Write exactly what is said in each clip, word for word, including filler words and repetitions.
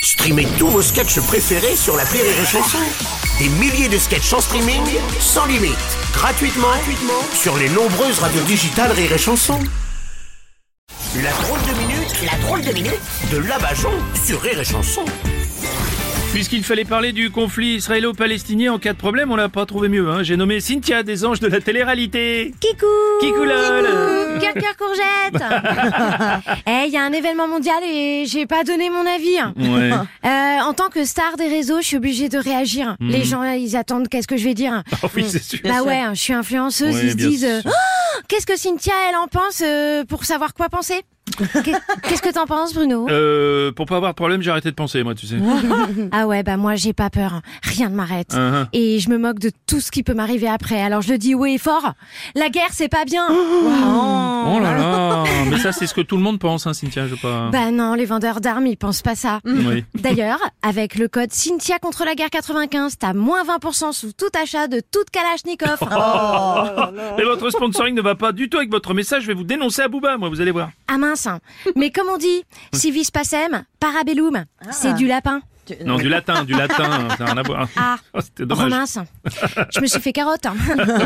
Streamez tous vos sketchs préférés sur l'appli Rire et Chanson. Des milliers de sketchs en streaming, sans limite, gratuitement, gratuitement sur les nombreuses radios digitales Rire et Chanson. La drôle de minute, la drôle de minute de Labajon sur Rire et Chanson. Puisqu'il fallait parler du conflit israélo-palestinien en cas de problème, on l'a pas trouvé mieux. Hein. J'ai nommé Cynthia des Anges de la télé-réalité. Kikou Kikou lol. Cœur cœur courgette. Eh, il y a un événement mondial et j'ai pas donné mon avis. Ouais. Euh, en tant que star des réseaux, je suis obligée de réagir. Mmh. Les gens, ils attendent qu'est-ce que je vais dire. Oh oui, c'est sûr. Bah ouais, je suis influenceuse, Ouais, ils se bien disent sûr. euh, oh, qu'est-ce que Cynthia, elle en pense euh, pour savoir quoi penser. Qu'est-ce que t'en penses, Bruno? Euh, pour pas avoir de problème, j'ai arrêté de penser, moi, tu sais. Ah ouais, bah moi j'ai pas peur, rien ne m'arrête. Uh-huh. Et je me moque de tout ce qui peut m'arriver après. Alors je le dis haut et fort, la guerre c'est pas bien. Oh là là. Mais ça, c'est ce que tout le monde pense, hein, Cynthia, je sais pas. Bah non, les vendeurs d'armes ils pensent pas ça. Oui. D'ailleurs, avec le code Cynthia contre la guerre quatre-vingt-quinze, t'as moins vingt pour cent sous tout achat de toute Kalachnikov. Mais votre sponsoring ne va pas du tout avec votre message. Je vais vous dénoncer à Booba, moi, vous allez voir. Ah mince. Mais comme on dit, si vis pacem, parabellum, c'est du lapin. Non, du latin, du latin, ça n'a rien à voir. Ah, Oh, c'était oh dommage. mince, je me suis fait carotte. hein.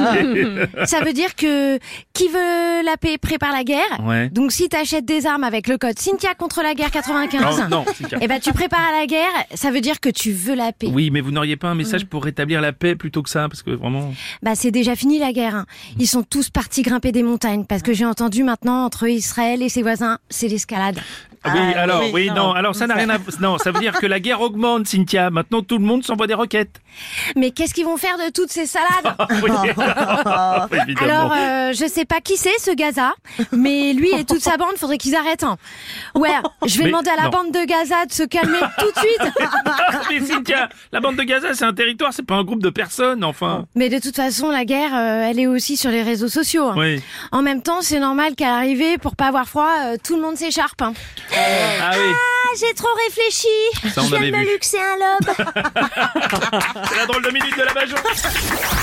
Ça veut dire que qui veut la paix prépare la guerre. Ouais. Donc si t'achètes des armes avec le code Cynthia contre la guerre quatre-vingt-quinze, Non, non, Cynthia. eh ben tu prépares à la guerre, ça veut dire que tu veux la paix. Oui, mais vous n'auriez pas un message pour rétablir la paix plutôt que ça, parce que vraiment... Bah c'est déjà fini la guerre. hein. Ils sont tous partis grimper des montagnes parce que j'ai entendu maintenant entre Israël et ses voisins, c'est l'escalade. Ah oui, Ah, alors, oui, oui, non. non. alors ça n'a rien à... Non, ça veut dire que la guerre augmente, Cynthia. Maintenant, tout le monde s'envoie des roquettes. Mais qu'est-ce qu'ils vont faire de toutes ces salades? Oui, évidemment. Alors, euh, je sais pas qui c'est ce Gaza, mais lui et toute sa bande, faudrait qu'ils arrêtent. hein. Ouais, je vais Mais demander à la non. bande de Gaza de se calmer tout de suite. Mais Cynthia, la bande de Gaza, c'est un territoire, c'est pas un groupe de personnes, enfin. Mais de toute façon, la guerre, euh, elle est aussi sur les réseaux sociaux. hein. Oui. En même temps, c'est normal qu'à l'arrivée, pour pas avoir froid, euh, tout le monde s'écharpe. hein. Ah oui, Ah, j'ai trop réfléchi. Ça, on je viens avait de me vu. luxer un lobe. c'est la drôle de minute de la Bajon.